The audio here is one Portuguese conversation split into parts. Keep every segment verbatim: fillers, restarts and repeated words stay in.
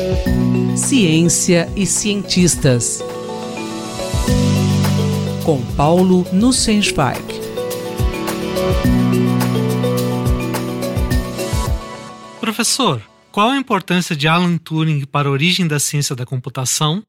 Ciência e cientistas. Com Paulo Nussensweig. Professor, qual a importância de Alan Turing para a origem da ciência da computação?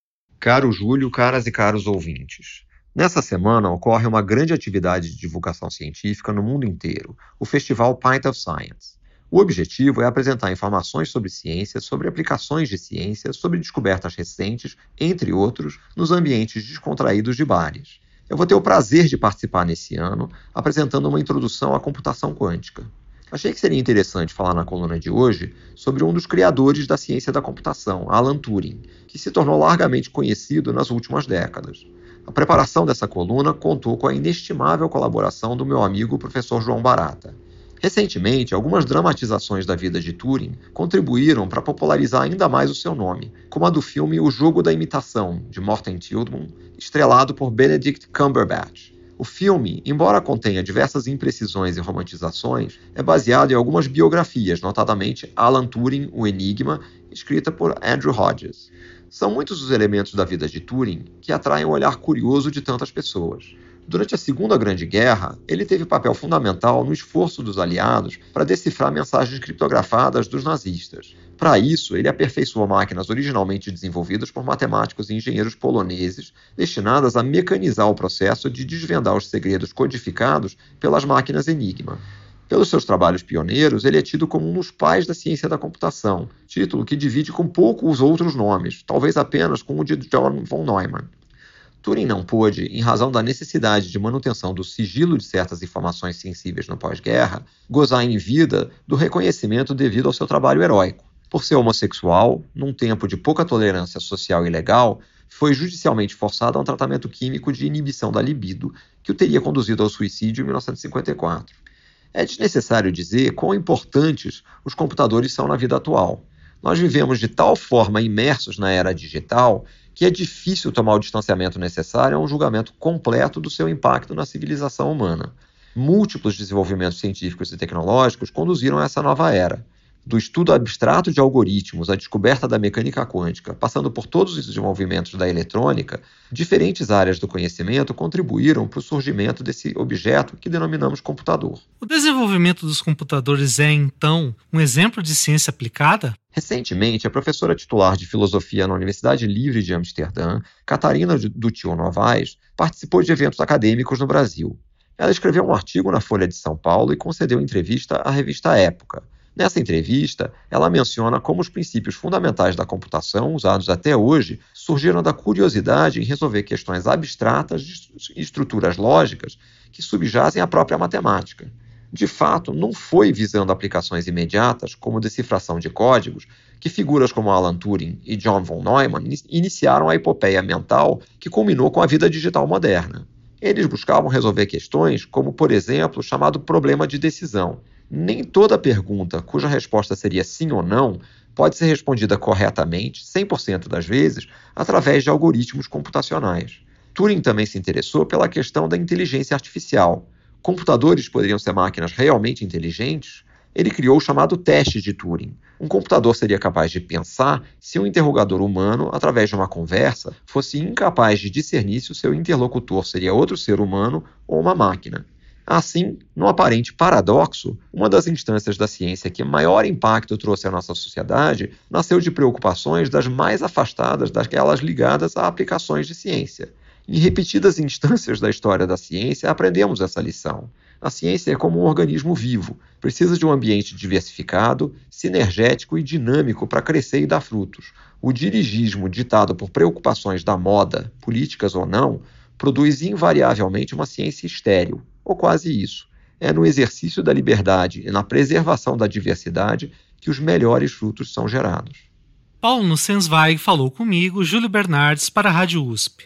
Caro Júlio, caras e caros ouvintes. Nessa semana ocorre uma grande atividade de divulgação científica no mundo inteiro, o Festival Pint of Science. O objetivo é apresentar informações sobre ciência, sobre aplicações de ciência, sobre descobertas recentes, entre outros, nos ambientes descontraídos de bares. Eu vou ter o prazer de participar nesse ano, apresentando uma introdução à computação quântica. Achei que seria interessante falar na coluna de hoje sobre um dos criadores da ciência da computação, Alan Turing, que se tornou largamente conhecido nas últimas décadas. A preparação dessa coluna contou com a inestimável colaboração do meu amigo professor João Barata. Recentemente, algumas dramatizações da vida de Turing contribuíram para popularizar ainda mais o seu nome, como a do filme O Jogo da Imitação, de Morten Tildum, estrelado por Benedict Cumberbatch. O filme, embora contenha diversas imprecisões e romantizações, é baseado em algumas biografias, notadamente Alan Turing, O Enigma, escrita por Andrew Hodges. São muitos os elementos da vida de Turing que atraem o olhar curioso de tantas pessoas. Durante a Segunda Grande Guerra, ele teve papel fundamental no esforço dos aliados para decifrar mensagens criptografadas dos nazistas. Para isso, ele aperfeiçoou máquinas originalmente desenvolvidas por matemáticos e engenheiros poloneses, destinadas a mecanizar o processo de desvendar os segredos codificados pelas máquinas Enigma. Pelos seus trabalhos pioneiros, ele é tido como um dos pais da ciência da computação, título que divide com pouco os outros nomes, talvez apenas com o de John von Neumann. Turing não pôde, em razão da necessidade de manutenção do sigilo de certas informações sensíveis no pós-guerra, gozar em vida do reconhecimento devido ao seu trabalho heróico. Por ser homossexual, num tempo de pouca tolerância social e legal, foi judicialmente forçado a um tratamento químico de inibição da libido, que o teria conduzido ao suicídio em mil novecentos e cinquenta e quatro. É desnecessário dizer quão importantes os computadores são na vida atual. Nós vivemos de tal forma imersos na era digital que é difícil tomar o distanciamento necessário a um julgamento completo do seu impacto na civilização humana. Múltiplos desenvolvimentos científicos e tecnológicos conduziram a essa nova era. Do estudo abstrato de algoritmos à descoberta da mecânica quântica, passando por todos os desenvolvimentos da eletrônica, diferentes áreas do conhecimento contribuíram para o surgimento desse objeto que denominamos computador. O desenvolvimento dos computadores é, então, um exemplo de ciência aplicada? Recentemente, a professora titular de filosofia na Universidade Livre de Amsterdã, Catarina Dutil Novaes, participou de eventos acadêmicos no Brasil. Ela escreveu um artigo na Folha de São Paulo e concedeu entrevista à revista Época. Nessa entrevista, ela menciona como os princípios fundamentais da computação, usados até hoje, surgiram da curiosidade em resolver questões abstratas de estruturas lógicas que subjazem à própria matemática. De fato, não foi visando aplicações imediatas, como decifração de códigos, que figuras como Alan Turing e John von Neumann iniciaram a epopeia mental que culminou com a vida digital moderna. Eles buscavam resolver questões como, por exemplo, o chamado problema de decisão. Nem toda pergunta cuja resposta seria sim ou não pode ser respondida corretamente, cem por cento das vezes, através de algoritmos computacionais. Turing também se interessou pela questão da inteligência artificial. Computadores poderiam ser máquinas realmente inteligentes? Ele criou o chamado teste de Turing. Um computador seria capaz de pensar se um interrogador humano, através de uma conversa, fosse incapaz de discernir se o seu interlocutor seria outro ser humano ou uma máquina. Assim, num aparente paradoxo, uma das instâncias da ciência que maior impacto trouxe à nossa sociedade nasceu de preocupações das mais afastadas daquelas ligadas a aplicações de ciência. Em repetidas instâncias da história da ciência, aprendemos essa lição. A ciência é como um organismo vivo, precisa de um ambiente diversificado, sinergético e dinâmico para crescer e dar frutos. O dirigismo ditado por preocupações da moda, políticas ou não, produz invariavelmente uma ciência estéril, ou quase isso. É no exercício da liberdade e na preservação da diversidade que os melhores frutos são gerados. Paulo Nussensweig falou comigo, Júlio Bernardes, para a Rádio U S P.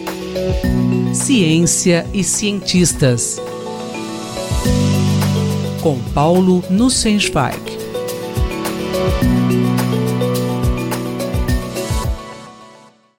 Ciência e cientistas. Com Paulo Nussensweig.